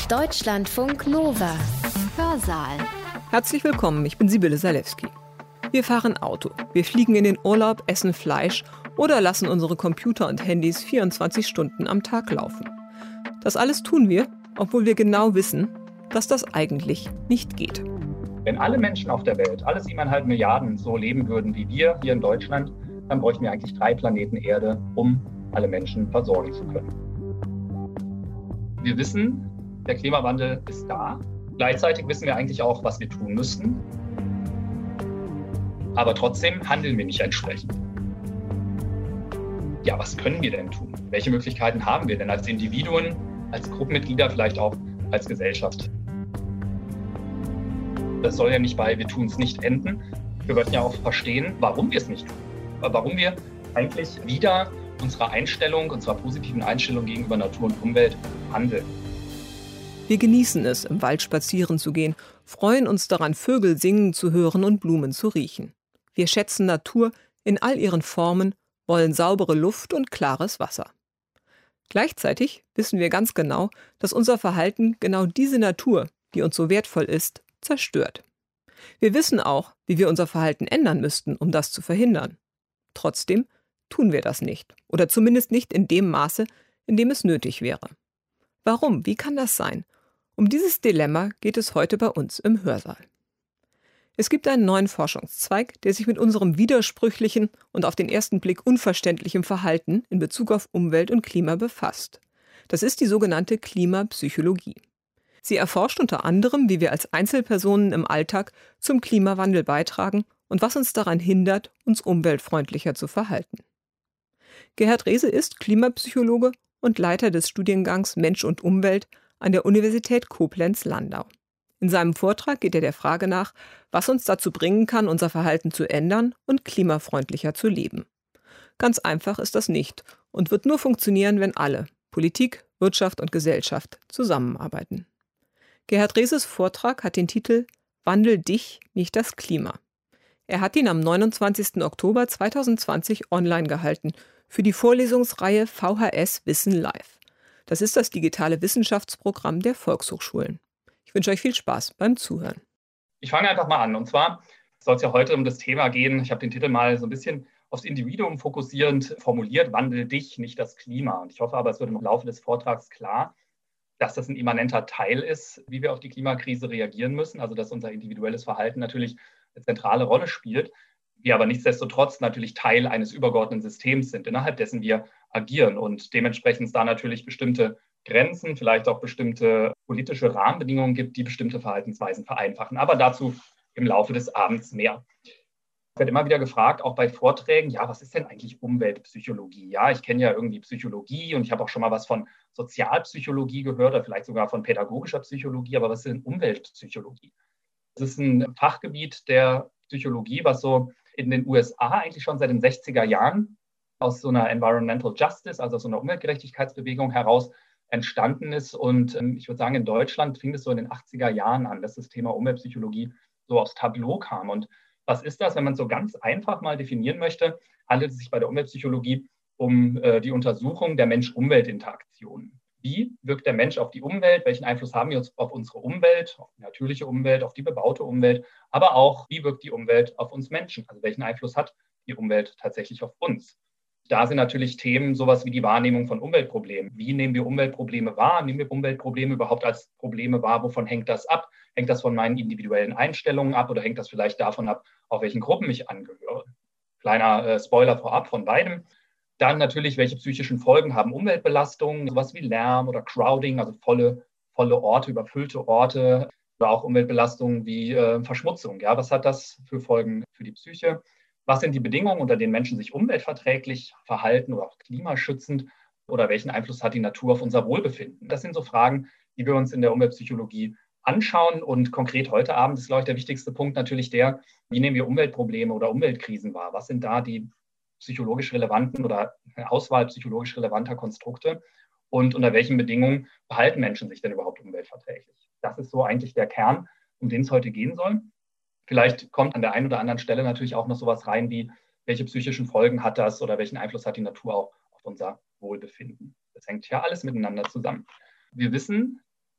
Deutschlandfunk Nova. Hörsaal. Herzlich willkommen, ich bin Sibylle Salewski. Wir fahren Auto, wir fliegen in den Urlaub, essen Fleisch oder lassen unsere Computer und Handys 24 Stunden am Tag laufen. Das alles tun wir, obwohl wir genau wissen, dass das eigentlich nicht geht. Wenn alle Menschen auf der Welt, alle 7,5 Milliarden, so leben würden wie wir hier in Deutschland, dann bräuchten wir eigentlich 3 Planeten Erde, um alle Menschen versorgen zu können. Wir wissen, der Klimawandel ist da. Gleichzeitig wissen wir eigentlich auch, was wir tun müssten. Aber trotzdem handeln wir nicht entsprechend. Ja, was können wir denn tun? Welche Möglichkeiten haben wir denn als Individuen, als Gruppenmitglieder, vielleicht auch als Gesellschaft? Das soll ja nicht bei wir tun es nicht enden. Wir wollten ja auch verstehen, warum wir es nicht tun. Warum wir eigentlich wieder unserer positiven Einstellung gegenüber Natur und Umwelt handeln. Wir genießen es, im Wald spazieren zu gehen, freuen uns daran, Vögel singen zu hören und Blumen zu riechen. Wir schätzen Natur in all ihren Formen, wollen saubere Luft und klares Wasser. Gleichzeitig wissen wir ganz genau, dass unser Verhalten genau diese Natur, die uns so wertvoll ist, zerstört. Wir wissen auch, wie wir unser Verhalten ändern müssten, um das zu verhindern. Trotzdem tun wir das nicht. Oder zumindest nicht in dem Maße, in dem es nötig wäre. Warum? Wie kann das sein? Um dieses Dilemma geht es heute bei uns im Hörsaal. Es gibt einen neuen Forschungszweig, der sich mit unserem widersprüchlichen und auf den ersten Blick unverständlichen Verhalten in Bezug auf Umwelt und Klima befasst. Das ist die sogenannte Klimapsychologie. Sie erforscht unter anderem, wie wir als Einzelpersonen im Alltag zum Klimawandel beitragen und was uns daran hindert, uns umweltfreundlicher zu verhalten. Gerhard Rehse ist Klimapsychologe und Leiter des Studiengangs Mensch und Umwelt an der Universität Koblenz-Landau. In seinem Vortrag geht er der Frage nach, was uns dazu bringen kann, unser Verhalten zu ändern und klimafreundlicher zu leben. Ganz einfach ist das nicht und wird nur funktionieren, wenn alle, Politik, Wirtschaft und Gesellschaft, zusammenarbeiten. Gerhard Rehses Vortrag hat den Titel »Wandel dich, nicht das Klima«. Er hat ihn am 29. Oktober 2020 online gehalten für die Vorlesungsreihe VHS Wissen Live. Das ist das digitale Wissenschaftsprogramm der Volkshochschulen. Ich wünsche euch viel Spaß beim Zuhören. Ich fange einfach mal an. Und zwar soll es ja heute um das Thema gehen. Ich habe den Titel mal so ein bisschen aufs Individuum fokussierend formuliert. Wandel dich, nicht das Klima. Und ich hoffe aber, es wird im Laufe des Vortrags klar, dass das ein immanenter Teil ist, wie wir auf die Klimakrise reagieren müssen. Also dass unser individuelles Verhalten natürlich eine zentrale Rolle spielt. Wir aber nichtsdestotrotz natürlich Teil eines übergeordneten Systems sind, innerhalb dessen wir agieren und dementsprechend da natürlich bestimmte Grenzen, vielleicht auch bestimmte politische Rahmenbedingungen gibt, die bestimmte Verhaltensweisen vereinfachen. Aber dazu im Laufe des Abends mehr. Ich werde immer wieder gefragt, auch bei Vorträgen, ja, was ist denn eigentlich Umweltpsychologie? Ja, ich kenne ja irgendwie Psychologie und ich habe auch schon mal was von Sozialpsychologie gehört oder vielleicht sogar von pädagogischer Psychologie, aber was ist denn Umweltpsychologie? Das ist ein Fachgebiet der Psychologie, was so in den USA eigentlich schon seit den 60er Jahren aus so einer Environmental Justice, also aus so einer Umweltgerechtigkeitsbewegung heraus entstanden ist. Und ich würde sagen, in Deutschland fing es so in den 80er Jahren an, dass das Thema Umweltpsychologie so aufs Tableau kam. Und was ist das, wenn man es so ganz einfach mal definieren möchte, handelt es sich bei der Umweltpsychologie um die Untersuchung der Mensch-Umwelt-Interaktion. Wie wirkt der Mensch auf die Umwelt? Welchen Einfluss haben wir auf unsere Umwelt, auf die natürliche Umwelt, auf die bebaute Umwelt? Aber auch, wie wirkt die Umwelt auf uns Menschen? Also welchen Einfluss hat die Umwelt tatsächlich auf uns? Da sind natürlich Themen sowas wie die Wahrnehmung von Umweltproblemen. Wie nehmen wir Umweltprobleme wahr? Nehmen wir Umweltprobleme überhaupt als Probleme wahr? Wovon hängt das ab? Hängt das von meinen individuellen Einstellungen ab oder hängt das vielleicht davon ab, auf welchen Gruppen ich angehöre? Kleiner Spoiler vorab von beidem. Dann natürlich, welche psychischen Folgen haben Umweltbelastungen, sowas wie Lärm oder Crowding, also volle Orte, überfüllte Orte, oder auch Umweltbelastungen wie Verschmutzung. Ja, was hat das für Folgen für die Psyche? Was sind die Bedingungen, unter denen Menschen sich umweltverträglich verhalten oder auch klimaschützend? Oder welchen Einfluss hat die Natur auf unser Wohlbefinden? Das sind so Fragen, die wir uns in der Umweltpsychologie anschauen. Und konkret heute Abend ist, glaube ich, der wichtigste Punkt natürlich der, wie nehmen wir Umweltprobleme oder Umweltkrisen wahr? Was sind da die psychologisch relevanten oder eine Auswahl psychologisch relevanter Konstrukte und unter welchen Bedingungen verhalten Menschen sich denn überhaupt umweltverträglich? Das ist so eigentlich der Kern, um den es heute gehen soll. Vielleicht kommt an der einen oder anderen Stelle natürlich auch noch sowas rein wie, welche psychischen Folgen hat das oder welchen Einfluss hat die Natur auch auf unser Wohlbefinden? Das hängt ja alles miteinander zusammen. Wir wissen,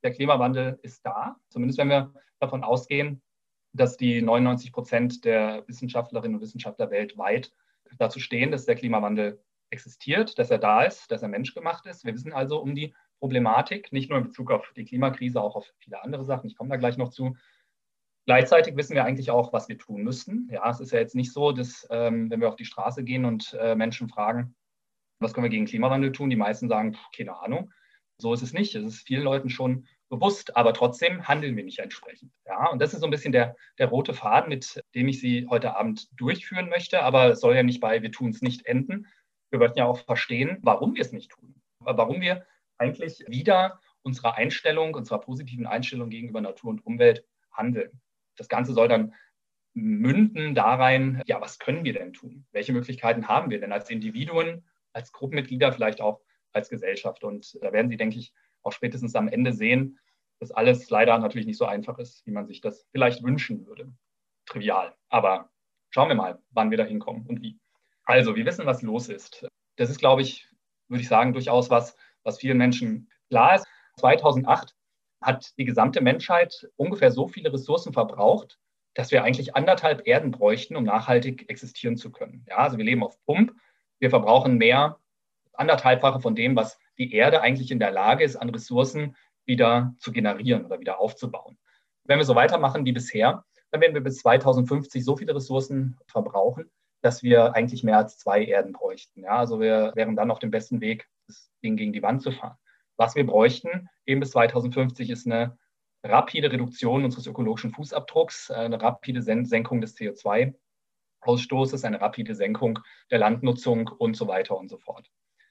der Klimawandel ist da, zumindest wenn wir davon ausgehen, dass die 99% der Wissenschaftlerinnen und Wissenschaftler weltweit dazu stehen, dass der Klimawandel existiert, dass er da ist, dass er menschgemacht ist. Wir wissen also um die Problematik, nicht nur in Bezug auf die Klimakrise, auch auf viele andere Sachen. Ich komme da gleich noch zu. Gleichzeitig wissen wir eigentlich auch, was wir tun müssten. Ja, es ist ja jetzt nicht so, dass wenn wir auf die Straße gehen und Menschen fragen, was können wir gegen Klimawandel tun, die meisten sagen, keine Ahnung. So ist es nicht. Es ist vielen Leuten schon bewusst, aber trotzdem handeln wir nicht entsprechend. Ja, und das ist so ein bisschen der rote Faden, mit dem ich Sie heute Abend durchführen möchte. Aber es soll ja nicht bei wir tun es nicht enden. Wir wollten ja auch verstehen, warum wir es nicht tun. Warum wir eigentlich wieder unserer positiven Einstellung gegenüber Natur und Umwelt handeln. Das Ganze soll dann münden darein, ja, was können wir denn tun? Welche Möglichkeiten haben wir denn als Individuen, als Gruppenmitglieder, vielleicht auch als Gesellschaft? Und da werden Sie, denke ich, auch spätestens am Ende sehen, dass alles leider natürlich nicht so einfach ist, wie man sich das vielleicht wünschen würde. Trivial. Aber schauen wir mal, wann wir da hinkommen und wie. Also, wir wissen, was los ist. Das ist, glaube ich, würde ich sagen, durchaus was vielen Menschen klar ist. 2008 hat die gesamte Menschheit ungefähr so viele Ressourcen verbraucht, dass wir eigentlich 1,5 Erden bräuchten, um nachhaltig existieren zu können. Ja, also wir leben auf Pump. Wir verbrauchen mehr, 1,5-fache von dem, was die Erde eigentlich in der Lage ist, an Ressourcen wieder zu generieren oder wieder aufzubauen. Wenn wir so weitermachen wie bisher, dann werden wir bis 2050 so viele Ressourcen verbrauchen, dass wir eigentlich mehr als 2 Erden bräuchten. Ja, also wir wären dann auf dem besten Weg, das Ding gegen die Wand zu fahren. Was wir bräuchten eben bis 2050 ist eine rapide Reduktion unseres ökologischen Fußabdrucks, eine rapide Senkung des CO2-Ausstoßes, eine rapide Senkung der Landnutzung und so weiter und so fort.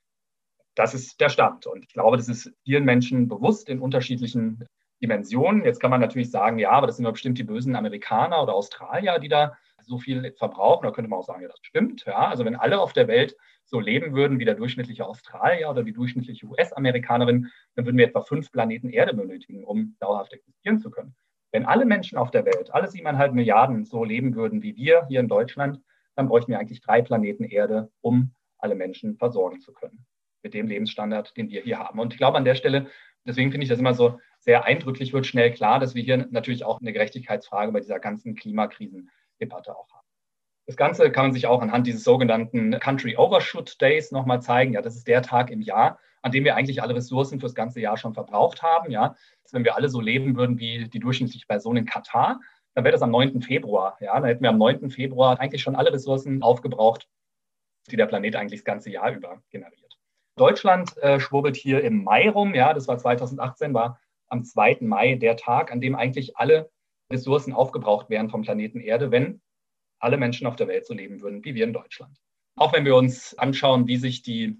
Das ist der Stand. Und ich glaube, das ist vielen Menschen bewusst in unterschiedlichen Dimensionen. Jetzt kann man natürlich sagen, ja, aber das sind doch bestimmt die bösen Amerikaner oder Australier, die da so viel verbrauchen. Da könnte man auch sagen, ja, das stimmt. Ja, also wenn alle auf der Welt so leben würden wie der durchschnittliche Australier oder die durchschnittliche US-Amerikanerin, dann würden wir etwa 5 Planeten Erde benötigen, um dauerhaft existieren zu können. Wenn alle Menschen auf der Welt, alle 7,5 Milliarden so leben würden wie wir hier in Deutschland, dann bräuchten wir eigentlich 3 Planeten Erde, um alle Menschen versorgen zu können. Mit dem Lebensstandard, den wir hier haben. Und ich glaube an der Stelle, deswegen finde ich das immer so sehr eindrücklich, wird schnell klar, dass wir hier natürlich auch eine Gerechtigkeitsfrage bei dieser ganzen Klimakrisendebatte auch haben. Das Ganze kann man sich auch anhand dieses sogenannten Country Overshoot Days nochmal zeigen. Ja, das ist der Tag im Jahr, an dem wir eigentlich alle Ressourcen für das ganze Jahr schon verbraucht haben. Ja, wenn wir alle so leben würden wie die durchschnittliche Person in Katar, dann wäre das am 9. Februar. Ja, dann hätten wir am 9. Februar eigentlich schon alle Ressourcen aufgebraucht, die der Planet eigentlich das ganze Jahr über generiert. Deutschland schwurbelt hier im Mai rum. Ja, das war 2018, war am 2. Mai der Tag, an dem eigentlich alle Ressourcen aufgebraucht wären vom Planeten Erde, wenn alle Menschen auf der Welt so leben würden, wie wir in Deutschland. Auch wenn wir uns anschauen, wie sich die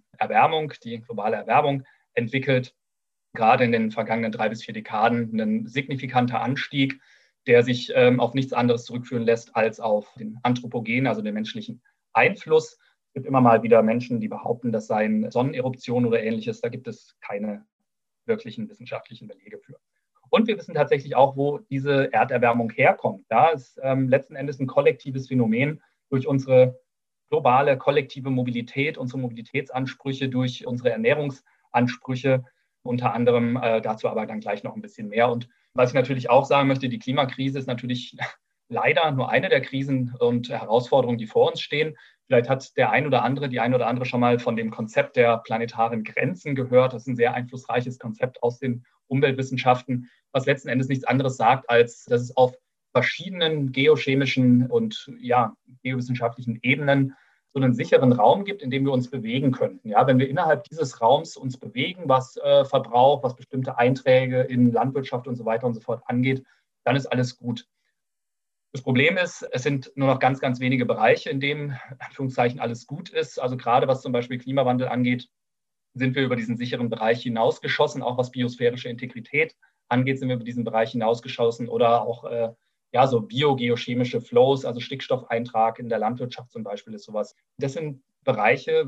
globale Erwärmung entwickelt, gerade in den vergangenen 3 bis 4 Dekaden ein signifikanter Anstieg, der sich auf nichts anderes zurückführen lässt als auf den Anthropogenen, also den menschlichen Einfluss. Es gibt immer mal wieder Menschen, die behaupten, das seien Sonneneruptionen oder Ähnliches. Da gibt es keine wirklichen wissenschaftlichen Belege für. Und wir wissen tatsächlich auch, wo diese Erderwärmung herkommt. Ja, es ist letzten Endes ein kollektives Phänomen durch unsere globale kollektive Mobilität, unsere Mobilitätsansprüche, durch unsere Ernährungsansprüche, unter anderem dazu aber dann gleich noch ein bisschen mehr. Und was ich natürlich auch sagen möchte, die Klimakrise ist natürlich leider nur eine der Krisen und Herausforderungen, die vor uns stehen. Vielleicht hat die ein oder andere schon mal von dem Konzept der planetaren Grenzen gehört. Das ist ein sehr einflussreiches Konzept aus den Umweltwissenschaften, was letzten Endes nichts anderes sagt, als dass es auf verschiedenen geochemischen und geowissenschaftlichen Ebenen so einen sicheren Raum gibt, in dem wir uns bewegen könnten. Ja, wenn wir innerhalb dieses Raums uns bewegen, was Verbrauch, was bestimmte Einträge in Landwirtschaft und so weiter und so fort angeht, dann ist alles gut. Das Problem ist, es sind nur noch ganz, ganz wenige Bereiche, in denen Anführungszeichen alles gut ist. Also gerade was zum Beispiel Klimawandel angeht, sind wir über diesen sicheren Bereich hinausgeschossen. Auch was biosphärische Integrität angeht, sind wir über diesen Bereich hinausgeschossen. Oder auch so biogeochemische Flows, also Stickstoffeintrag in der Landwirtschaft zum Beispiel ist sowas. Das sind Bereiche,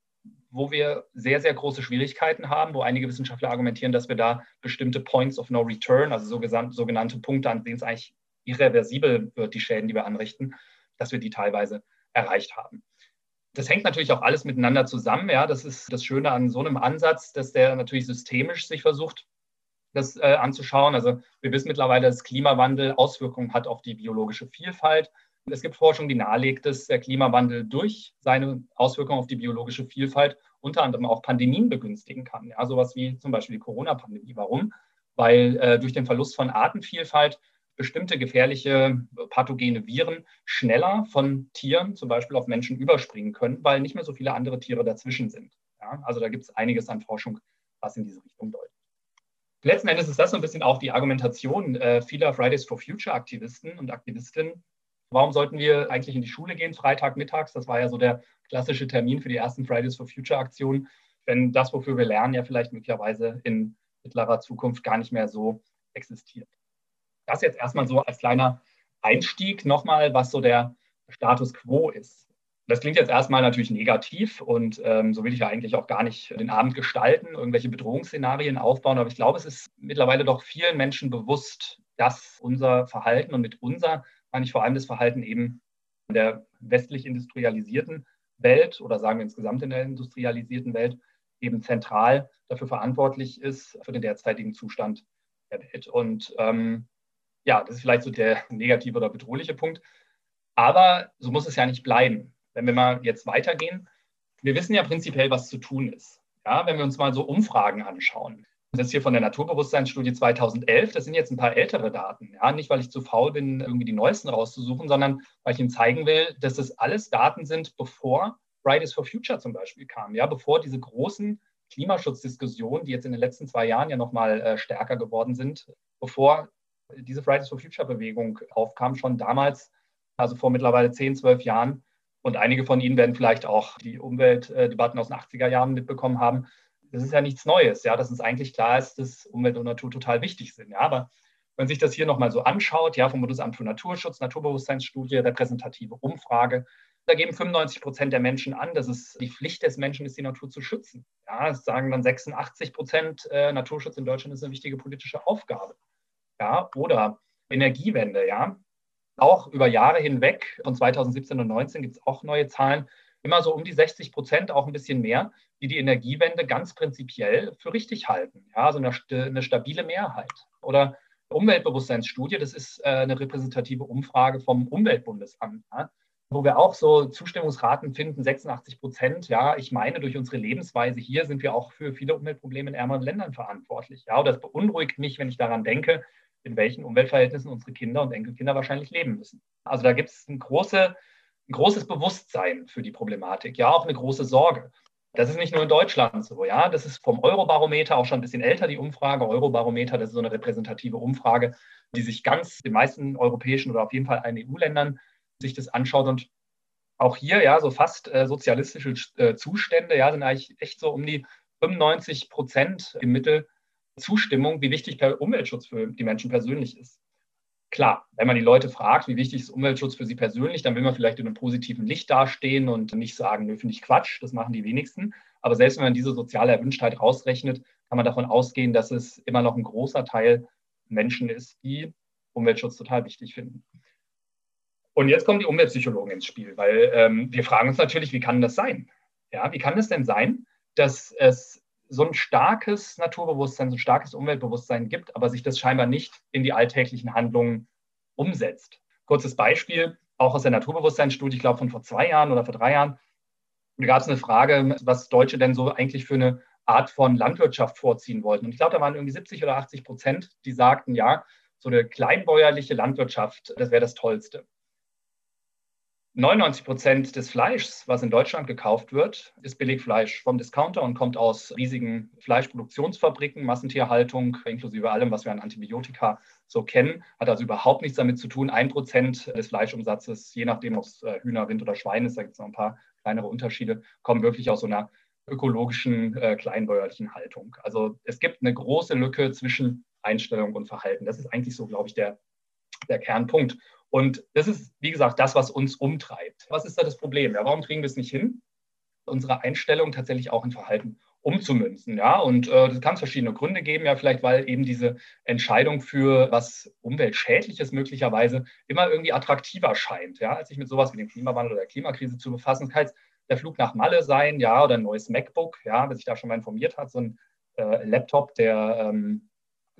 wo wir sehr, sehr große Schwierigkeiten haben, wo einige Wissenschaftler argumentieren, dass wir da bestimmte Points of No Return, also sogenannte Punkte, an denen es eigentlich irreversibel wird, die Schäden, die wir anrichten, dass wir die teilweise erreicht haben. Das hängt natürlich auch alles miteinander zusammen. Ja, das ist das Schöne an so einem Ansatz, dass der natürlich systemisch sich versucht das anzuschauen. Also wir wissen mittlerweile, dass Klimawandel Auswirkungen hat auf die biologische Vielfalt. Es gibt Forschung, die nahelegt, dass der Klimawandel durch seine Auswirkungen auf die biologische Vielfalt unter anderem auch Pandemien begünstigen kann. Ja, sowas wie zum Beispiel die Corona-Pandemie. Warum? Weil durch den Verlust von Artenvielfalt bestimmte gefährliche pathogene Viren schneller von Tieren, zum Beispiel auf Menschen, überspringen können, weil nicht mehr so viele andere Tiere dazwischen sind. Ja, also da gibt es einiges an Forschung, was in diese Richtung deutet. Letzten Endes ist das so ein bisschen auch die Argumentation vieler Fridays for Future Aktivisten und Aktivistinnen. Warum sollten wir eigentlich in die Schule gehen, Freitagmittags? Das war ja so der klassische Termin für die ersten Fridays for Future Aktionen, wenn das, wofür wir lernen, ja vielleicht möglicherweise in mittlerer Zukunft gar nicht mehr so existiert. Das jetzt erstmal so als kleiner Einstieg nochmal, was so der Status quo ist. Das klingt jetzt erstmal natürlich negativ und so will ich ja eigentlich auch gar nicht den Abend gestalten, irgendwelche Bedrohungsszenarien aufbauen. Aber ich glaube, es ist mittlerweile doch vielen Menschen bewusst, dass unser Verhalten, und mit unser meine ich vor allem das Verhalten eben in der westlich industrialisierten Welt oder sagen wir insgesamt in der industrialisierten Welt eben zentral dafür verantwortlich ist, für den derzeitigen Zustand der Welt. Und ja, das ist vielleicht so der negative oder bedrohliche Punkt. Aber so muss es ja nicht bleiben. Wenn wir mal jetzt weitergehen, wir wissen ja prinzipiell, was zu tun ist. Ja, wenn wir uns mal so Umfragen anschauen. Das ist hier von der Naturbewusstseinsstudie 2011. Das sind jetzt ein paar ältere Daten. Ja, nicht, weil ich zu faul bin, irgendwie die neuesten rauszusuchen, sondern weil ich Ihnen zeigen will, dass das alles Daten sind, bevor Fridays for Future zum Beispiel kam. Ja, bevor diese großen Klimaschutzdiskussionen, die jetzt in den letzten 2 Jahren ja nochmal stärker geworden sind, bevor diese Fridays for Future Bewegung aufkam, schon damals, also vor mittlerweile 10, 12 Jahren. Und einige von Ihnen werden vielleicht auch die Umweltdebatten aus den 80er Jahren mitbekommen haben. Das ist ja nichts Neues, ja, dass uns eigentlich klar ist, dass Umwelt und Natur total wichtig sind. Ja, aber wenn man sich das hier nochmal so anschaut, ja, vom Bundesamt für Naturschutz, Naturbewusstseinsstudie, repräsentative Umfrage, da geben 95% der Menschen an, dass es die Pflicht des Menschen ist, die Natur zu schützen. Ja, es sagen dann 86%, Naturschutz in Deutschland ist eine wichtige politische Aufgabe. Ja, oder Energiewende, ja. Auch über Jahre hinweg, von 2017 und 2019 gibt es auch neue Zahlen, immer so um die 60%, auch ein bisschen mehr, die Energiewende ganz prinzipiell für richtig halten. Ja, also eine stabile Mehrheit. Oder Umweltbewusstseinsstudie, das ist eine repräsentative Umfrage vom Umweltbundesamt, ja, wo wir auch so Zustimmungsraten finden, 86%. Ja, ich meine, durch unsere Lebensweise hier sind wir auch für viele Umweltprobleme in ärmeren Ländern verantwortlich. Ja, und das beunruhigt mich, wenn ich daran denke, in welchen Umweltverhältnissen unsere Kinder und Enkelkinder wahrscheinlich leben müssen. Also da gibt es ein großes Bewusstsein für die Problematik, ja, auch eine große Sorge. Das ist nicht nur in Deutschland so, ja, das ist vom Eurobarometer auch schon ein bisschen älter, die Umfrage. Eurobarometer, das ist so eine repräsentative Umfrage, die sich ganz den meisten europäischen oder auf jeden Fall allen EU-Ländern sich das anschaut. Und auch hier, ja, so fast sozialistische Zustände, ja, sind eigentlich echt so um die 95% im Mittel Zustimmung, wie wichtig der Umweltschutz für die Menschen persönlich ist. Klar, wenn man die Leute fragt, wie wichtig ist Umweltschutz für sie persönlich, dann will man vielleicht in einem positiven Licht dastehen und nicht sagen, nö, finde ich Quatsch, das machen die wenigsten. Aber selbst wenn man diese soziale Erwünschtheit rausrechnet, kann man davon ausgehen, dass es immer noch ein großer Teil Menschen ist, die Umweltschutz total wichtig finden. Und jetzt kommen die Umweltpsychologen ins Spiel, weil wir fragen uns natürlich, wie kann das sein? Ja, wie kann es denn sein, dass es so ein starkes Naturbewusstsein, so ein starkes Umweltbewusstsein gibt, aber sich das scheinbar nicht in die alltäglichen Handlungen umsetzt? Kurzes Beispiel, auch aus der Naturbewusstseinsstudie, ich glaube von vor 2 Jahren oder vor 3 Jahren, da gab es eine Frage, was Deutsche denn so eigentlich für eine Art von Landwirtschaft vorziehen wollten. Und ich glaube, da waren irgendwie 70 oder 80%, die sagten, ja, so eine kleinbäuerliche Landwirtschaft, das wäre das Tollste. 99% des Fleischs, was in Deutschland gekauft wird, ist Billigfleisch vom Discounter und kommt aus riesigen Fleischproduktionsfabriken, Massentierhaltung, inklusive allem, was wir an Antibiotika so kennen, hat also überhaupt nichts damit zu tun. 1% des Fleischumsatzes, je nachdem, ob es Hühner, Rind oder Schwein ist, da gibt es noch ein paar kleinere Unterschiede, kommen wirklich aus so einer ökologischen, kleinbäuerlichen Haltung. Also es gibt eine große Lücke zwischen Einstellung und Verhalten. Das ist eigentlich so, glaube ich, der Kernpunkt. Und das ist, wie gesagt, das, was uns umtreibt. Was ist da das Problem? Ja, warum kriegen wir es nicht hin, unsere Einstellung tatsächlich auch in Verhalten umzumünzen? Ja, und das kann es verschiedene Gründe geben, ja, vielleicht, weil eben diese Entscheidung für was Umweltschädliches möglicherweise immer irgendwie attraktiver scheint, ja, als sich mit sowas wie dem Klimawandel oder der Klimakrise zu befassen. Das kann jetzt der Flug nach Malle sein, ja, oder ein neues MacBook, ja, wer sich da schon mal informiert hat, so ein Laptop, der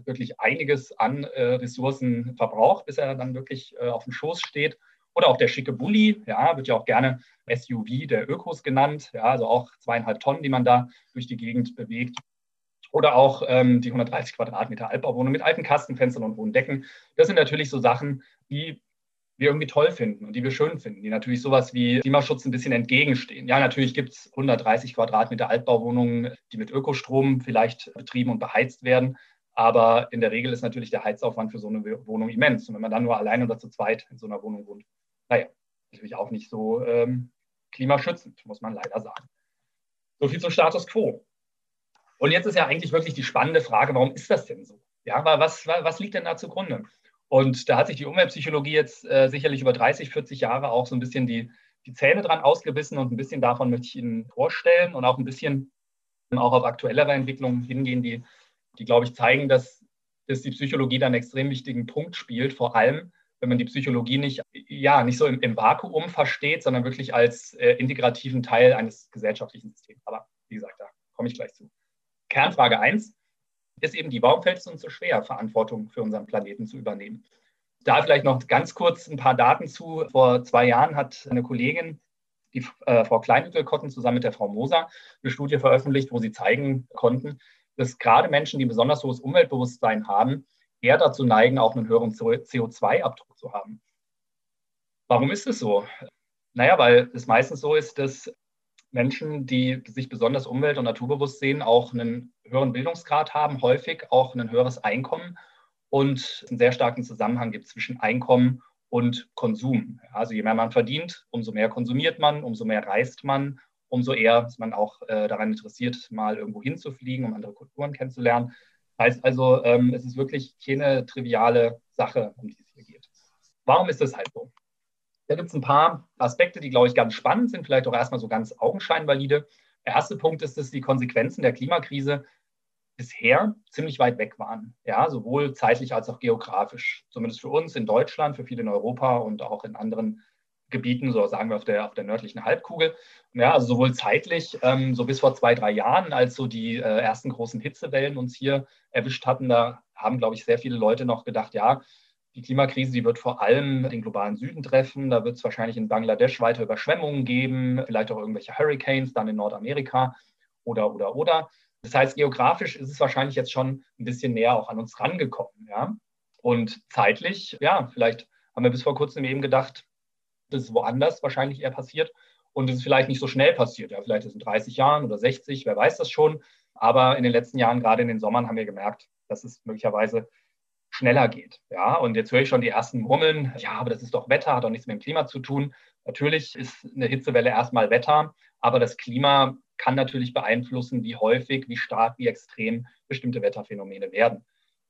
wirklich einiges an Ressourcen verbraucht, bis er dann wirklich auf dem Schoß steht. Oder auch der schicke Bulli, ja, wird ja auch gerne SUV der Ökos genannt, ja, also auch 2,5 Tonnen, die man da durch die Gegend bewegt. Oder auch die 130 Quadratmeter Altbauwohnung mit alten Kastenfenstern und hohen Decken. Das sind natürlich so Sachen, die wir irgendwie toll finden und die wir schön finden, die natürlich sowas wie Klimaschutz ein bisschen entgegenstehen. Ja, natürlich gibt es 130 Quadratmeter Altbauwohnungen, die mit Ökostrom vielleicht betrieben und beheizt werden. Aber in der Regel ist natürlich der Heizaufwand für so eine Wohnung immens. Und wenn man dann nur allein oder zu zweit in so einer Wohnung wohnt, naja, natürlich auch nicht so klimaschützend, muss man leider sagen. So viel zum Status quo. Und jetzt ist ja eigentlich wirklich die spannende Frage, warum ist das denn so? Ja, was liegt denn da zugrunde? Und da hat sich die Umweltpsychologie jetzt sicherlich über 30, 40 Jahre auch so ein bisschen die Zähne dran ausgebissen und ein bisschen davon möchte ich Ihnen vorstellen und auch ein bisschen auch auf aktuellere Entwicklungen hingehen, die glaube ich, zeigen, dass die Psychologie da einen extrem wichtigen Punkt spielt, vor allem, wenn man die Psychologie nicht so im Vakuum versteht, sondern wirklich als integrativen Teil eines gesellschaftlichen Systems. Aber wie gesagt, da komme ich gleich zu. Kernfrage 1 ist eben die, warum fällt es uns so schwer, Verantwortung für unseren Planeten zu übernehmen? Da vielleicht noch ganz kurz ein paar Daten zu. Vor 2 Jahren hat eine Kollegin, die Frau Kleinhüttel-Kotten, zusammen mit der Frau Moser eine Studie veröffentlicht, wo sie zeigen konnten, dass gerade Menschen, die ein besonders hohes Umweltbewusstsein haben, eher dazu neigen, auch einen höheren CO2-Abdruck zu haben. Warum ist es so? Naja, weil es meistens so ist, dass Menschen, die sich besonders umwelt- und naturbewusst sehen, auch einen höheren Bildungsgrad haben, häufig auch ein höheres Einkommen und einen sehr starken Zusammenhang gibt zwischen Einkommen und Konsum. Also je mehr man verdient, umso mehr konsumiert man, umso mehr reist man, umso eher ist man auch daran interessiert, mal irgendwo hinzufliegen, um andere Kulturen kennenzulernen. Das heißt also, es ist wirklich keine triviale Sache, um die es hier geht. Warum ist das halt so? Da gibt es ein paar Aspekte, die, glaube ich, ganz spannend sind, vielleicht auch erstmal so ganz augenscheinvalide. Der erste Punkt ist, dass die Konsequenzen der Klimakrise bisher ziemlich weit weg waren, ja, sowohl zeitlich als auch geografisch. Zumindest für uns in Deutschland, für viele in Europa und auch in anderen Gebieten, so sagen wir auf der nördlichen Halbkugel. Ja, also sowohl zeitlich, so bis vor 2, 3 Jahren, als so die ersten großen Hitzewellen uns hier erwischt hatten, da haben, glaube ich, sehr viele Leute noch gedacht, ja, die Klimakrise, die wird vor allem den globalen Süden treffen. Da wird es wahrscheinlich in Bangladesch weiter Überschwemmungen geben, vielleicht auch irgendwelche Hurricanes dann in Nordamerika oder. Das heißt, geografisch ist es wahrscheinlich jetzt schon ein bisschen näher auch an uns rangekommen. Ja? Und zeitlich, ja, vielleicht haben wir bis vor kurzem eben gedacht, dass es woanders wahrscheinlich eher passiert und es ist vielleicht nicht so schnell passiert. Ja, vielleicht ist es in 30 Jahren oder 60, wer weiß das schon. Aber in den letzten Jahren, gerade in den Sommern, haben wir gemerkt, dass es möglicherweise schneller geht. Ja, und jetzt höre ich schon die ersten Murmeln, ja, aber das ist doch Wetter, hat doch nichts mit dem Klima zu tun. Natürlich ist eine Hitzewelle erstmal Wetter, aber das Klima kann natürlich beeinflussen, wie häufig, wie stark, wie extrem bestimmte Wetterphänomene werden.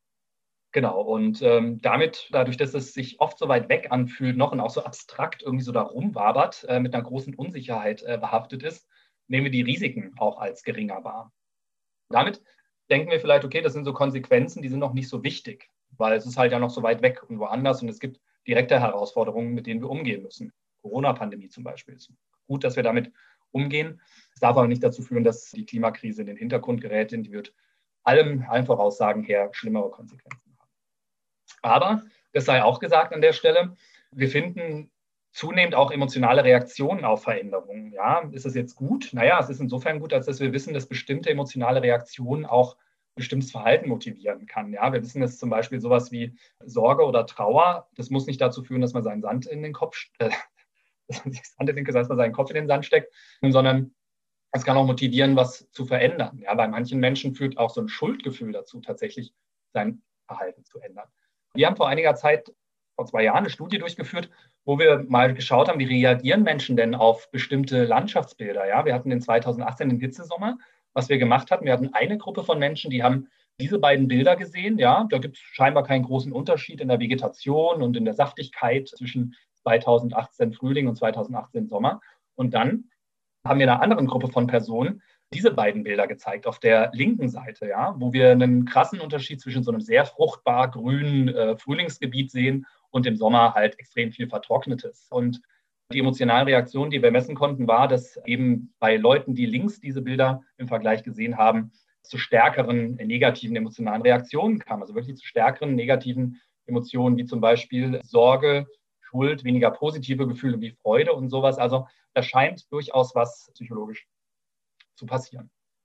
Genau, und dadurch, dass es sich oft so weit weg anfühlt noch und auch so abstrakt irgendwie so da rumwabert, mit einer großen Unsicherheit behaftet ist, nehmen wir die Risiken auch als geringer wahr. Damit denken wir vielleicht, okay, das sind so Konsequenzen, die sind noch nicht so wichtig, weil es ist halt ja noch so weit weg und woanders und es gibt direkte Herausforderungen, mit denen wir umgehen müssen. Corona-Pandemie zum Beispiel. Es ist gut, dass wir damit umgehen. Es darf aber nicht dazu führen, dass die Klimakrise in den Hintergrund gerät, denn die wird allen Voraussagen her schlimmere Konsequenzen haben. Aber, das sei auch gesagt an der Stelle, wir finden zunehmend auch emotionale Reaktionen auf Veränderungen. Ja, ist es jetzt gut? Naja, es ist insofern gut, als dass wir wissen, dass bestimmte emotionale Reaktionen auch bestimmtes Verhalten motivieren kann. Ja, wir wissen, dass zum Beispiel sowas wie Sorge oder Trauer, das muss nicht dazu führen, dass man seinen Sand in den Kopf, dass man seinen Kopf in den Sand steckt, sondern es kann auch motivieren, was zu verändern. Ja, bei manchen Menschen führt auch so ein Schuldgefühl dazu, tatsächlich sein Verhalten zu ändern. Wir haben vor einiger Zeit, vor 2 Jahren, eine Studie durchgeführt, wo wir mal geschaut haben, wie reagieren Menschen denn auf bestimmte Landschaftsbilder. Ja, wir hatten in 2018 den Hitzesommer. Was wir gemacht hatten, wir hatten eine Gruppe von Menschen, die haben diese beiden Bilder gesehen. Ja, da gibt es scheinbar keinen großen Unterschied in der Vegetation und in der Saftigkeit zwischen 2018 Frühling und 2018 Sommer. Und dann haben wir einer anderen Gruppe von Personen diese beiden Bilder gezeigt auf der linken Seite, ja, wo wir einen krassen Unterschied zwischen so einem sehr fruchtbar grünen Frühlingsgebiet sehen und im Sommer halt extrem viel Vertrocknetes. Und die emotionale Reaktion, die wir messen konnten, war, dass eben bei Leuten, die links diese Bilder im Vergleich gesehen haben, zu stärkeren negativen emotionalen Reaktionen kam, also wirklich zu stärkeren negativen Emotionen wie zum Beispiel Sorge, Schuld, weniger positive Gefühle wie Freude und sowas. Also da scheint durchaus was psychologisch zu passieren.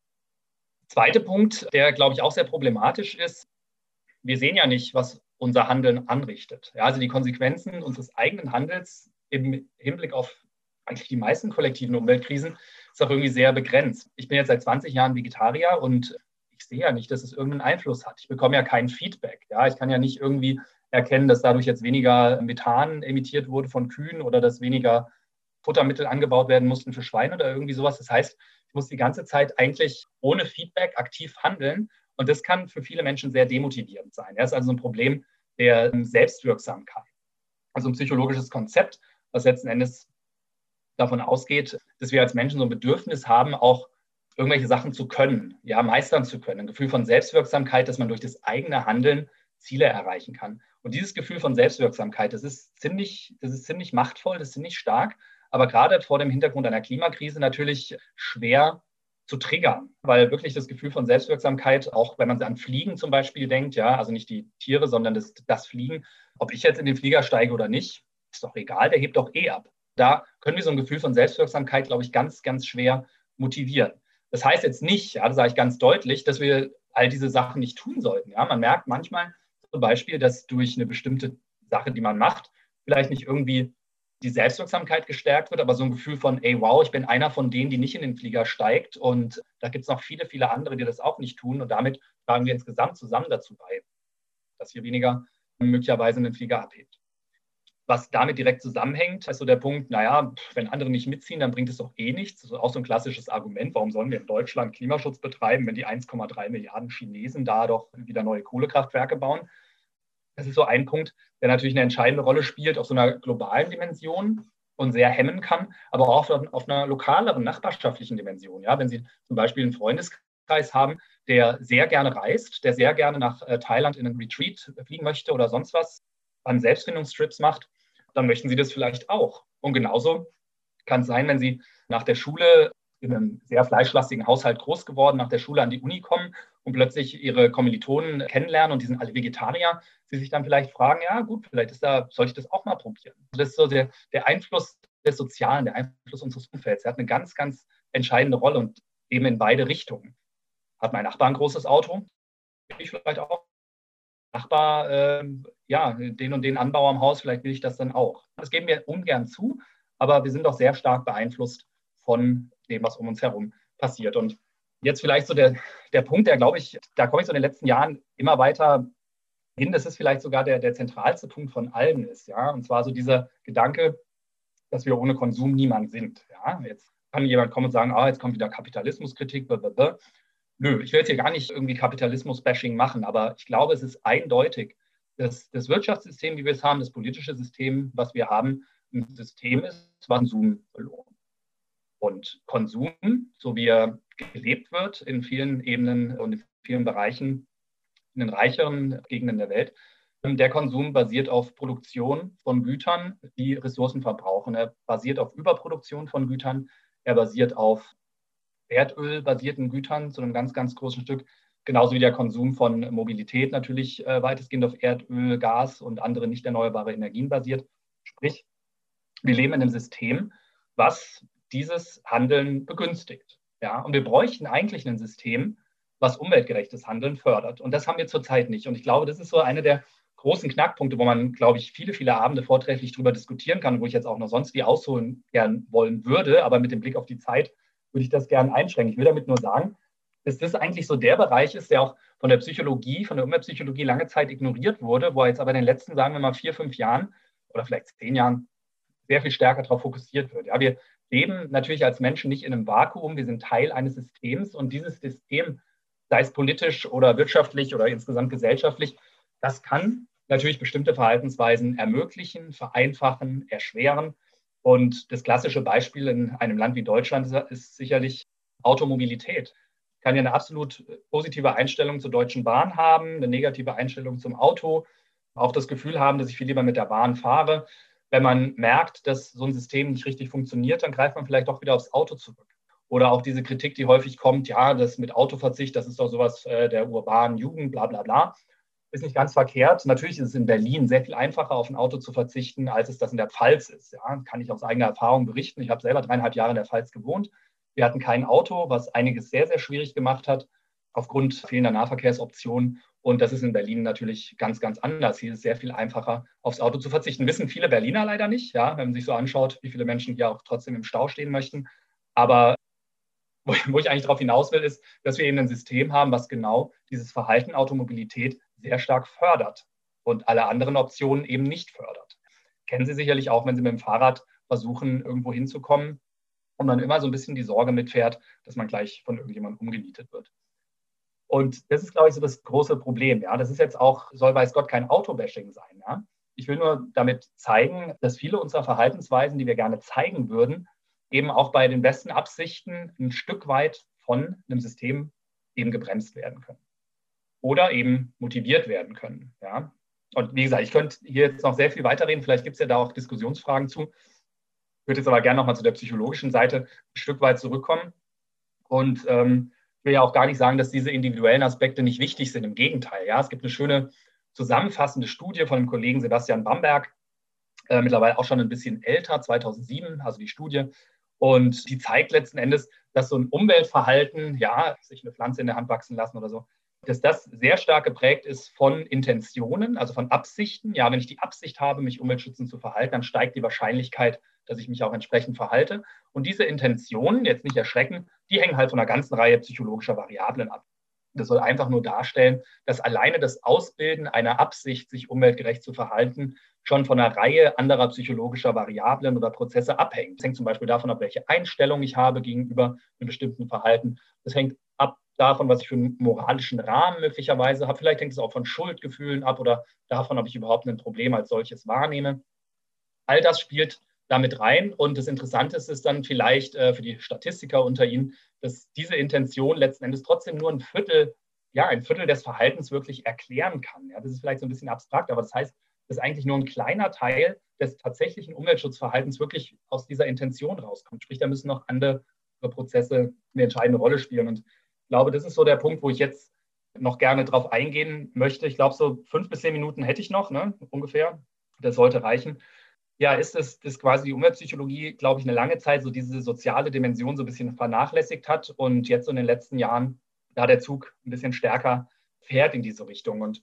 Zweiter Punkt, der, glaube ich, auch sehr problematisch ist: Wir sehen ja nicht, was unser Handeln anrichtet. Ja, also die Konsequenzen unseres eigenen Handels im Hinblick auf eigentlich die meisten kollektiven Umweltkrisen ist auch irgendwie sehr begrenzt. Ich bin jetzt seit 20 Jahren Vegetarier und ich sehe ja nicht, dass es irgendeinen Einfluss hat. Ich bekomme ja kein Feedback. Ja, ich kann ja nicht irgendwie erkennen, dass dadurch jetzt weniger Methan emittiert wurde von Kühen oder dass weniger Futtermittel angebaut werden mussten für Schweine oder irgendwie sowas. Das heißt, ich muss die ganze Zeit eigentlich ohne Feedback aktiv handeln. Und das kann für viele Menschen sehr demotivierend sein. Das ist also ein Problem der Selbstwirksamkeit. Also ein psychologisches Konzept, was letzten Endes davon ausgeht, dass wir als Menschen so ein Bedürfnis haben, auch irgendwelche Sachen zu können, ja, meistern zu können. Ein Gefühl von Selbstwirksamkeit, dass man durch das eigene Handeln Ziele erreichen kann. Und dieses Gefühl von Selbstwirksamkeit, das ist ziemlich machtvoll, das ist ziemlich stark, aber gerade vor dem Hintergrund einer Klimakrise natürlich schwer zu triggern, weil wirklich das Gefühl von Selbstwirksamkeit, auch wenn man an Fliegen zum Beispiel denkt, ja, also nicht die Tiere, sondern das Fliegen, ob ich jetzt in den Flieger steige oder nicht, ist doch egal, der hebt doch eh ab. Da können wir so ein Gefühl von Selbstwirksamkeit, glaube ich, ganz, ganz schwer motivieren. Das heißt jetzt nicht, ja, das sage ich ganz deutlich, dass wir all diese Sachen nicht tun sollten. Ja. Man merkt manchmal zum Beispiel, dass durch eine bestimmte Sache, die man macht, vielleicht nicht irgendwie die Selbstwirksamkeit gestärkt wird, aber so ein Gefühl von, ey, wow, ich bin einer von denen, die nicht in den Flieger steigt und da gibt es noch viele, viele andere, die das auch nicht tun und damit tragen wir insgesamt zusammen dazu bei, dass hier weniger möglicherweise in den Flieger abhebt. Was damit direkt zusammenhängt, ist so der Punkt, naja, wenn andere nicht mitziehen, dann bringt es doch eh nichts. Das ist auch so ein klassisches Argument, warum sollen wir in Deutschland Klimaschutz betreiben, wenn die 1,3 Milliarden Chinesen da doch wieder neue Kohlekraftwerke bauen. Das ist so ein Punkt, der natürlich eine entscheidende Rolle spielt auf so einer globalen Dimension und sehr hemmen kann, aber auch auf einer lokaleren, nachbarschaftlichen Dimension. Ja, wenn Sie zum Beispiel einen Freundeskreis haben, der sehr gerne reist, der sehr gerne nach Thailand in einen Retreat fliegen möchte oder sonst was, an Selbstfindungstrips macht, dann möchten Sie das vielleicht auch. Und genauso kann es sein, wenn Sie nach der Schule in einem sehr fleischlastigen Haushalt groß geworden, nach der Schule an die Uni kommen und plötzlich Ihre Kommilitonen kennenlernen und die sind alle Vegetarier, Sie sich dann vielleicht fragen, ja gut, vielleicht soll ich das auch mal probieren. Das ist so der Einfluss des Sozialen, der Einfluss unseres Umfelds. Er hat eine ganz, ganz entscheidende Rolle und eben in beide Richtungen. Hat mein Nachbar ein großes Auto? Ich vielleicht auch. Nachbar, den und den Anbau am Haus, vielleicht will ich das dann auch. Das geben wir ungern zu, aber wir sind auch sehr stark beeinflusst von dem, was um uns herum passiert. Und jetzt vielleicht so der Punkt, der, glaube ich, da komme ich so in den letzten Jahren immer weiter hin, das ist vielleicht sogar der zentralste Punkt von allen ist, ja, und zwar so dieser Gedanke, dass wir ohne Konsum niemand sind. Ja, jetzt kann jemand kommen und sagen, jetzt kommt wieder Kapitalismuskritik, blablabla. Nö, ich will jetzt hier gar nicht irgendwie Kapitalismus-Bashing machen, aber ich glaube, es ist eindeutig, dass das Wirtschaftssystem, wie wir es haben, das politische System, was wir haben, ein System ist, was Konsum belohnt. Und Konsum, so wie er gelebt wird in vielen Ebenen und in vielen Bereichen, in den reicheren Gegenden der Welt, der Konsum basiert auf Produktion von Gütern, die Ressourcen verbrauchen. Er basiert auf Überproduktion von Gütern. Er basiert auf erdölbasierten Gütern zu einem ganz, ganz großen Stück, genauso wie der Konsum von Mobilität natürlich weitestgehend auf Erdöl, Gas und andere nicht erneuerbare Energien basiert. Sprich, wir leben in einem System, was dieses Handeln begünstigt. Ja? Und wir bräuchten eigentlich ein System, was umweltgerechtes Handeln fördert. Und das haben wir zurzeit nicht. Und ich glaube, das ist so eine der großen Knackpunkte, wo man, glaube ich, viele, viele Abende vortrefflich darüber diskutieren kann, wo ich jetzt auch noch sonst wie ausholen gern wollen würde. Aber mit dem Blick auf die Zeit würde ich das gerne einschränken. Ich will damit nur sagen, dass das eigentlich so der Bereich ist, der auch von der Psychologie, von der Umweltpsychologie lange Zeit ignoriert wurde, wo er jetzt aber in den letzten, sagen wir mal, 4, 5 Jahren oder vielleicht 10 Jahren sehr viel stärker darauf fokussiert wird. Ja, wir leben natürlich als Menschen nicht in einem Vakuum, wir sind Teil eines Systems und dieses System, sei es politisch oder wirtschaftlich oder insgesamt gesellschaftlich, das kann natürlich bestimmte Verhaltensweisen ermöglichen, vereinfachen, erschweren. Und das klassische Beispiel in einem Land wie Deutschland ist sicherlich Automobilität. Ich kann ja eine absolut positive Einstellung zur Deutschen Bahn haben, eine negative Einstellung zum Auto, auch das Gefühl haben, dass ich viel lieber mit der Bahn fahre. Wenn man merkt, dass so ein System nicht richtig funktioniert, dann greift man vielleicht doch wieder aufs Auto zurück. Oder auch diese Kritik, die häufig kommt, ja, das mit Autoverzicht, das ist doch sowas der urbanen Jugend, bla bla bla. Ist nicht ganz verkehrt. Natürlich ist es in Berlin sehr viel einfacher, auf ein Auto zu verzichten, als es das in der Pfalz ist. Ja, kann ich aus eigener Erfahrung berichten. Ich habe selber 3,5 Jahre in der Pfalz gewohnt. Wir hatten kein Auto, was einiges sehr, sehr schwierig gemacht hat, aufgrund fehlender Nahverkehrsoptionen. Und das ist in Berlin natürlich ganz, ganz anders. Hier ist es sehr viel einfacher, aufs Auto zu verzichten. Wissen viele Berliner leider nicht, ja, wenn man sich so anschaut, wie viele Menschen hier auch trotzdem im Stau stehen möchten. Aber wo ich eigentlich darauf hinaus will, ist, dass wir eben ein System haben, was genau dieses Verhalten Automobilität sehr stark fördert und alle anderen Optionen eben nicht fördert. Kennen Sie sicherlich auch, wenn Sie mit dem Fahrrad versuchen, irgendwo hinzukommen und man immer so ein bisschen die Sorge mitfährt, dass man gleich von irgendjemandem umgenietet wird. Und das ist, glaube ich, so das große Problem. Ja, das ist jetzt auch, soll weiß Gott kein Autobashing sein. Ja? Ich will nur damit zeigen, dass viele unserer Verhaltensweisen, die wir gerne zeigen würden, eben auch bei den besten Absichten ein Stück weit von einem System eben gebremst werden können oder eben motiviert werden können. Ja? Und wie gesagt, ich könnte hier jetzt noch sehr viel weiterreden, vielleicht gibt es ja da auch Diskussionsfragen zu. Ich würde jetzt aber gerne nochmal zu der psychologischen Seite ein Stück weit zurückkommen. Und ich will ja auch gar nicht sagen, dass diese individuellen Aspekte nicht wichtig sind. Im Gegenteil. Ja? Es gibt eine schöne zusammenfassende Studie von dem Kollegen Sebastian Bamberg, mittlerweile auch schon ein bisschen älter, 2007, also die Studie. Und die zeigt letzten Endes, dass so ein Umweltverhalten, ja, sich eine Pflanze in der Hand wachsen lassen oder so, dass das sehr stark geprägt ist von Intentionen, also von Absichten. Ja, wenn ich die Absicht habe, mich umweltschützend zu verhalten, dann steigt die Wahrscheinlichkeit, dass ich mich auch entsprechend verhalte. Und diese Intentionen, jetzt nicht erschrecken, die hängen halt von einer ganzen Reihe psychologischer Variablen ab. Das soll einfach nur darstellen, dass alleine das Ausbilden einer Absicht, sich umweltgerecht zu verhalten, schon von einer Reihe anderer psychologischer Variablen oder Prozesse abhängt. Das hängt zum Beispiel davon ab, welche Einstellung ich habe gegenüber einem bestimmten Verhalten. Das hängt ab davon, was ich für einen moralischen Rahmen möglicherweise habe. Vielleicht hängt es auch von Schuldgefühlen ab oder davon, ob ich überhaupt ein Problem als solches wahrnehme. All das spielt damit rein. Und das Interessante ist dann vielleicht für die Statistiker unter Ihnen, dass diese Intention letzten Endes trotzdem nur ein Viertel des Verhaltens wirklich erklären kann. Ja, das ist vielleicht so ein bisschen abstrakt, aber das heißt, dass eigentlich nur ein kleiner Teil des tatsächlichen Umweltschutzverhaltens wirklich aus dieser Intention rauskommt. Sprich, da müssen noch andere Prozesse eine entscheidende Rolle spielen. Und ich glaube, das ist so der Punkt, wo ich jetzt noch gerne drauf eingehen möchte. Ich glaube, so 5 bis 10 Minuten hätte ich noch, ne, ungefähr. Das sollte reichen. Ja, ist das quasi die Umweltpsychologie, glaube ich, eine lange Zeit so diese soziale Dimension so ein bisschen vernachlässigt hat und jetzt so in den letzten Jahren da der Zug ein bisschen stärker fährt in diese Richtung. Und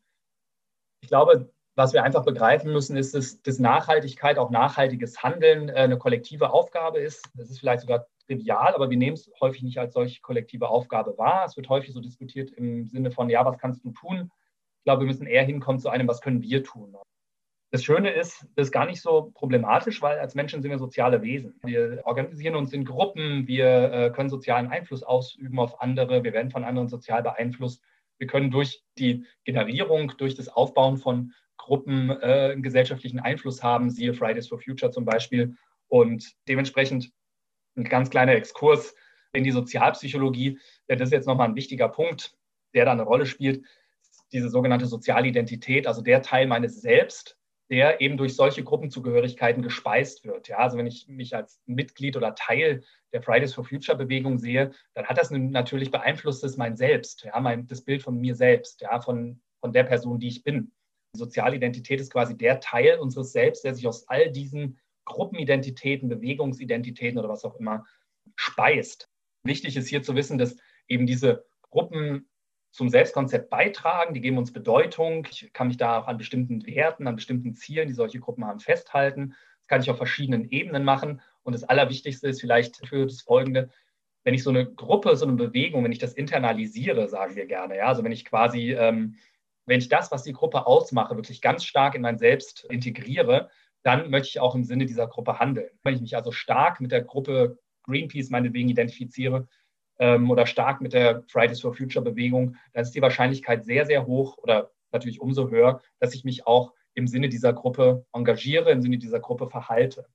ich glaube, was wir einfach begreifen müssen, ist, dass Nachhaltigkeit, auch nachhaltiges Handeln eine kollektive Aufgabe ist. Das ist vielleicht sogar trivial, aber wir nehmen es häufig nicht als solche kollektive Aufgabe wahr. Es wird häufig so diskutiert im Sinne von, ja, was kannst du tun? Ich glaube, wir müssen eher hinkommen zu einem, was können wir tun? Das Schöne ist, das ist gar nicht so problematisch, weil als Menschen sind wir soziale Wesen. Wir organisieren uns in Gruppen, wir können sozialen Einfluss ausüben auf andere, wir werden von anderen sozial beeinflusst. Wir können durch die Generierung, durch das Aufbauen von Gruppen einen gesellschaftlichen Einfluss haben, siehe Fridays for Future zum Beispiel. Und dementsprechend ein ganz kleiner Exkurs in die Sozialpsychologie. Das ist jetzt nochmal ein wichtiger Punkt, der da eine Rolle spielt. Diese sogenannte soziale Identität, also der Teil meines Selbst, der eben durch solche Gruppenzugehörigkeiten gespeist wird. Ja, also wenn ich mich als Mitglied oder Teil der Fridays for Future Bewegung sehe, dann hat das natürlich beeinflusst das mein Selbst, ja, das Bild von mir selbst, ja, von der Person, die ich bin. Die soziale Identität ist quasi der Teil unseres Selbst, der sich aus all diesen Gruppenidentitäten, Bewegungsidentitäten oder was auch immer speist. Wichtig ist hier zu wissen, dass eben diese Gruppen zum Selbstkonzept beitragen, die geben uns Bedeutung. Ich kann mich da auch an bestimmten Werten, an bestimmten Zielen, die solche Gruppen haben, festhalten. Das kann ich auf verschiedenen Ebenen machen. Und das Allerwichtigste ist vielleicht für das Folgende, wenn ich so eine Gruppe, so eine Bewegung, wenn ich das internalisiere, sagen wir gerne, ja, also wenn ich quasi, wenn ich das, was die Gruppe ausmache, wirklich ganz stark in mein Selbst integriere, dann möchte ich auch im Sinne dieser Gruppe handeln. Wenn ich mich also stark mit der Gruppe Greenpeace meinetwegen identifiziere, oder stark mit der Fridays for Future Bewegung, dann ist die Wahrscheinlichkeit sehr, sehr hoch oder natürlich umso höher, dass ich mich auch im Sinne dieser Gruppe engagiere, im Sinne dieser Gruppe verhalte.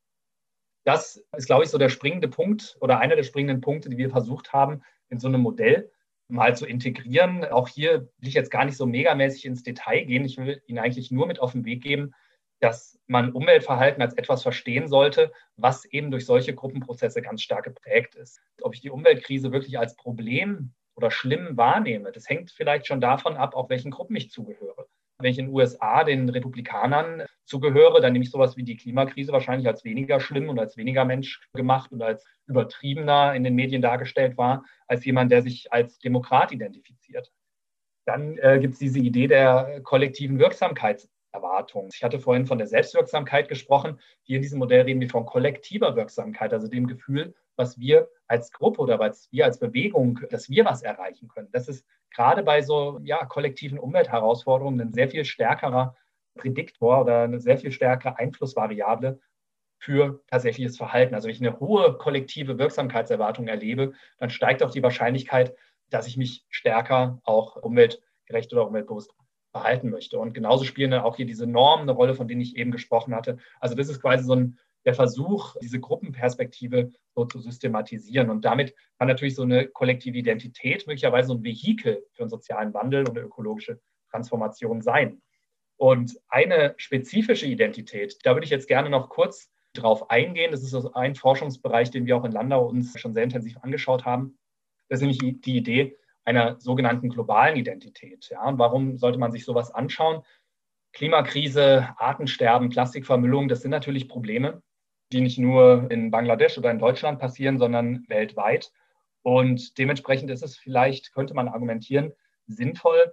Das ist, glaube ich, so der springende Punkt oder einer der springenden Punkte, die wir versucht haben, in so einem Modell mal zu integrieren. Auch hier will ich jetzt gar nicht so megamäßig ins Detail gehen. Ich will Ihnen eigentlich nur mit auf den Weg geben, dass man Umweltverhalten als etwas verstehen sollte, was eben durch solche Gruppenprozesse ganz stark geprägt ist. Ob ich die Umweltkrise wirklich als Problem oder schlimm wahrnehme, das hängt vielleicht schon davon ab, auf welchen Gruppen ich zugehöre. Wenn ich in den USA den Republikanern zugehöre, dann nehme ich sowas wie die Klimakrise wahrscheinlich als weniger schlimm und als weniger menschgemacht und als übertriebener in den Medien dargestellt war, als jemand, der sich als Demokrat identifiziert. Dann gibt es diese Idee der kollektiven Wirksamkeitserwartung. Ich hatte vorhin von der Selbstwirksamkeit gesprochen. Hier in diesem Modell reden wir von kollektiver Wirksamkeit, also dem Gefühl, was wir als Gruppe oder was wir als Bewegung, dass wir was erreichen können. Das ist gerade bei so kollektiven Umweltherausforderungen ein sehr viel stärkerer Prädiktor oder eine sehr viel stärkere Einflussvariable für tatsächliches Verhalten. Also wenn ich eine hohe kollektive Wirksamkeitserwartung erlebe, dann steigt auch die Wahrscheinlichkeit, dass ich mich stärker auch umweltgerecht oder umweltbewusst verhalten möchte. Und genauso spielen dann auch hier diese Normen eine Rolle, von denen ich eben gesprochen hatte. Also das ist quasi der Versuch, diese Gruppenperspektive so zu systematisieren. Und damit kann natürlich so eine kollektive Identität möglicherweise so ein Vehikel für einen sozialen Wandel und eine ökologische Transformation sein. Und eine spezifische Identität, da würde ich jetzt gerne noch kurz drauf eingehen. Das ist so ein Forschungsbereich, den wir auch in Landau uns schon sehr intensiv angeschaut haben. Das ist nämlich die Idee einer sogenannten globalen Identität. Ja, und warum sollte man sich sowas anschauen? Klimakrise, Artensterben, Plastikvermüllung, das sind natürlich Probleme, die nicht nur in Bangladesch oder in Deutschland passieren, sondern weltweit. Und dementsprechend ist es vielleicht, könnte man argumentieren, sinnvoll,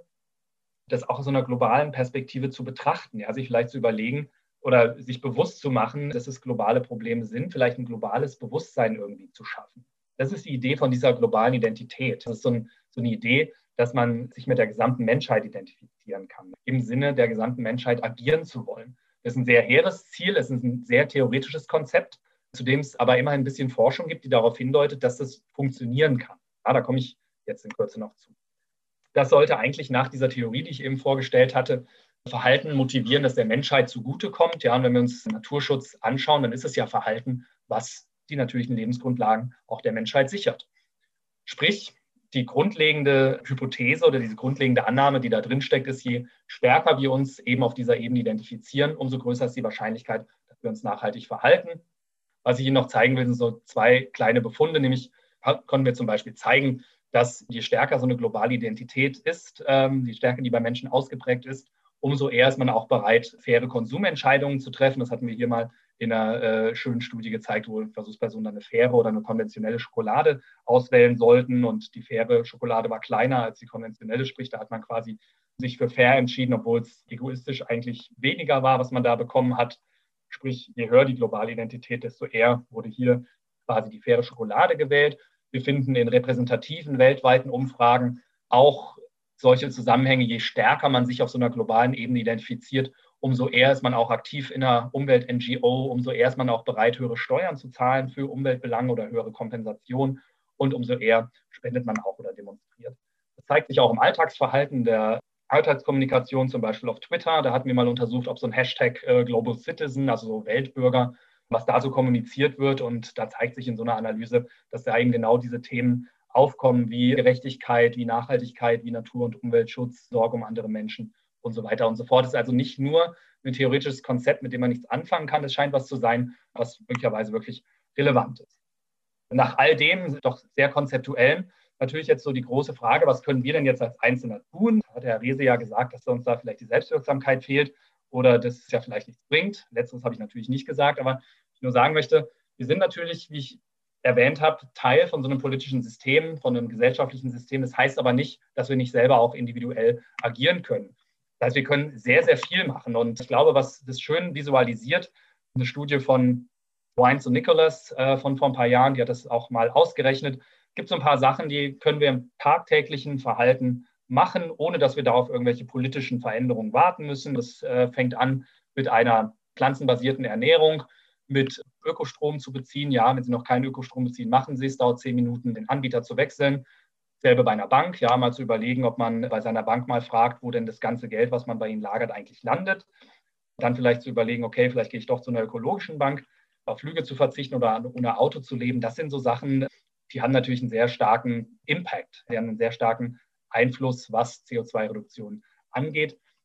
das auch aus so einer globalen Perspektive zu betrachten, ja, sich vielleicht zu überlegen oder sich bewusst zu machen, dass es globale Probleme sind, vielleicht ein globales Bewusstsein irgendwie zu schaffen. Das ist die Idee von dieser globalen Identität. Das ist so eine Idee, dass man sich mit der gesamten Menschheit identifizieren kann, im Sinne der gesamten Menschheit agieren zu wollen. Das ist ein sehr hehres Ziel, es ist ein sehr theoretisches Konzept, zu dem es aber immerhin ein bisschen Forschung gibt, die darauf hindeutet, dass das funktionieren kann. Ja, da komme ich jetzt in Kürze noch zu. Das sollte eigentlich nach dieser Theorie, die ich eben vorgestellt hatte, Verhalten motivieren, das der Menschheit zugutekommt. Ja, und wenn wir uns Naturschutz anschauen, dann ist es ja Verhalten, was die natürlichen Lebensgrundlagen auch der Menschheit sichert. Sprich, die grundlegende Hypothese oder diese grundlegende Annahme, die da drin steckt, ist, je stärker wir uns eben auf dieser Ebene identifizieren, umso größer ist die Wahrscheinlichkeit, dass wir uns nachhaltig verhalten. Was ich Ihnen noch zeigen will, sind so zwei kleine Befunde, nämlich konnten wir zum Beispiel zeigen, dass je stärker so eine globale Identität ist, je stärker die bei Menschen ausgeprägt ist, umso eher ist man auch bereit, faire Konsumentscheidungen zu treffen. Das hatten wir hier mal in einer schönen Studie gezeigt, wo Versuchspersonen dann eine faire oder eine konventionelle Schokolade auswählen sollten. Und die faire Schokolade war kleiner als die konventionelle, sprich, da hat man quasi sich für fair entschieden, obwohl es egoistisch eigentlich weniger war, was man da bekommen hat. Sprich, je höher die globale Identität, desto eher wurde hier quasi die faire Schokolade gewählt. Wir finden in repräsentativen weltweiten Umfragen auch solche Zusammenhänge, je stärker man sich auf so einer globalen Ebene identifiziert, umso eher ist man auch aktiv in einer Umwelt-NGO, umso eher ist man auch bereit, höhere Steuern zu zahlen für Umweltbelange oder höhere Kompensation und umso eher spendet man auch oder demonstriert. Das zeigt sich auch im Alltagsverhalten der Alltagskommunikation, zum Beispiel auf Twitter. Da hatten wir mal untersucht, ob so ein Hashtag Global Citizen, also so Weltbürger, was da so kommuniziert wird. Und da zeigt sich in so einer Analyse, dass da eben genau diese Themen aufkommen wie Gerechtigkeit, wie Nachhaltigkeit, wie Natur- und Umweltschutz, Sorge um andere Menschen und so weiter und so fort. Es ist also nicht nur ein theoretisches Konzept, mit dem man nichts anfangen kann. Es scheint was zu sein, was möglicherweise wirklich relevant ist. Nach all dem, doch sehr konzeptuellen, natürlich jetzt so die große Frage, was können wir denn jetzt als Einzelner tun? Hat Herr Rehse ja gesagt, dass uns da vielleicht die Selbstwirksamkeit fehlt oder dass es ja vielleicht nichts bringt. Letzteres habe ich natürlich nicht gesagt, aber ich nur sagen möchte, wir sind natürlich, wie ich erwähnt habe, Teil von so einem politischen System, von einem gesellschaftlichen System. Das heißt aber nicht, dass wir nicht selber auch individuell agieren können. Das heißt, wir können sehr, sehr viel machen. Und ich glaube, was das schön visualisiert, eine Studie von Wines und Nicholas von vor ein paar Jahren, die hat das auch mal ausgerechnet. Es gibt so ein paar Sachen, die können wir im tagtäglichen Verhalten machen, ohne dass wir da auf irgendwelche politischen Veränderungen warten müssen. Das fängt an mit einer pflanzenbasierten Ernährung, mit Ökostrom zu beziehen. Ja, wenn Sie noch keinen Ökostrom beziehen, machen Sie es. Dauert 10 Minuten, den Anbieter zu wechseln. Selbe bei einer Bank, ja, mal zu überlegen, ob man bei seiner Bank mal fragt, wo denn das ganze Geld, was man bei Ihnen lagert, eigentlich landet. Dann vielleicht zu überlegen, okay, vielleicht gehe ich doch zu einer ökologischen Bank, auf Flüge zu verzichten oder ohne Auto zu leben. Das sind so Sachen, die haben natürlich einen sehr starken Impact. Die haben einen sehr starken Einfluss, was CO2-Reduktion angeht.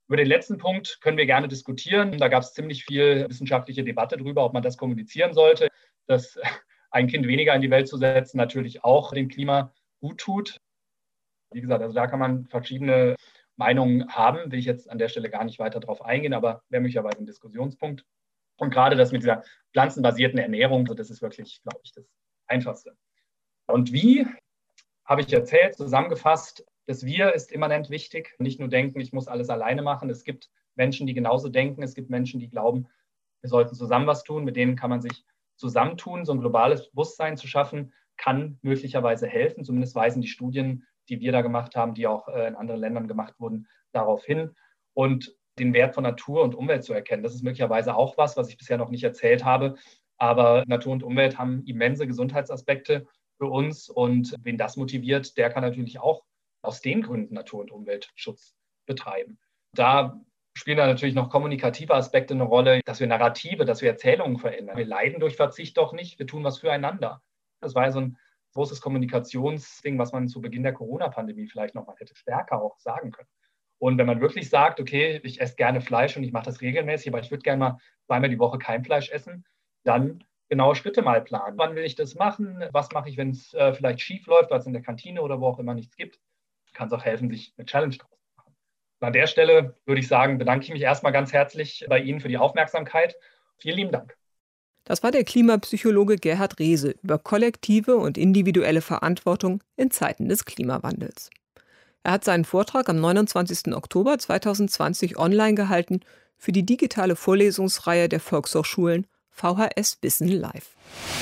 Über den letzten Punkt können wir gerne diskutieren. Da gab es ziemlich viel wissenschaftliche Debatte darüber, ob man das kommunizieren sollte, dass ein Kind weniger in die Welt zu setzen natürlich auch dem Klima gut tut. Wie gesagt, also da kann man verschiedene Meinungen haben, will ich jetzt an der Stelle gar nicht weiter drauf eingehen, aber wäre möglicherweise ein Diskussionspunkt. Und gerade das mit dieser pflanzenbasierten Ernährung, das ist wirklich, glaube ich, das Einfachste. Und wie, habe ich erzählt, zusammengefasst, das Wir ist immanent wichtig. Nicht nur denken, ich muss alles alleine machen. Es gibt Menschen, die genauso denken. Es gibt Menschen, die glauben, wir sollten zusammen was tun. Mit denen kann man sich zusammentun. So ein globales Bewusstsein zu schaffen, kann möglicherweise helfen. Zumindest weisen die Studien, die wir da gemacht haben, die auch in anderen Ländern gemacht wurden, darauf hin. Und den Wert von Natur und Umwelt zu erkennen, das ist möglicherweise auch was ich bisher noch nicht erzählt habe. Aber Natur und Umwelt haben immense Gesundheitsaspekte für uns. Und wen das motiviert, der kann natürlich auch aus den Gründen Natur- und Umweltschutz betreiben. Da spielen da natürlich noch kommunikative Aspekte eine Rolle, dass wir Narrative, dass wir Erzählungen verändern. Wir leiden durch Verzicht doch nicht, wir tun was füreinander. Das war ja so ein großes Kommunikationsding, was man zu Beginn der Corona-Pandemie vielleicht noch mal hätte stärker auch sagen können. Und wenn man wirklich sagt, okay, ich esse gerne Fleisch und ich mache das regelmäßig, aber ich würde gerne mal zweimal die Woche kein Fleisch essen, dann genaue Schritte mal planen. Wann will ich das machen? Was mache ich, wenn es vielleicht schief läuft, weil es in der Kantine oder wo auch immer nichts gibt? Kann es auch helfen, sich eine Challenge draus zu machen. Und an der Stelle würde ich sagen, bedanke ich mich erstmal ganz herzlich bei Ihnen für die Aufmerksamkeit. Vielen lieben Dank. Das war der Klimapsychologe Gerhard Rehse über kollektive und individuelle Verantwortung in Zeiten des Klimawandels. Er hat seinen Vortrag am 29. Oktober 2020 online gehalten für die digitale Vorlesungsreihe der Volkshochschulen VHS Wissen Live.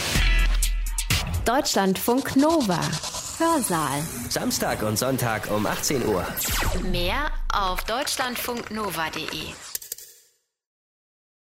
Deutschlandfunk Nova. Hörsaal. Samstag und Sonntag um 18 Uhr. Mehr auf deutschlandfunknova.de.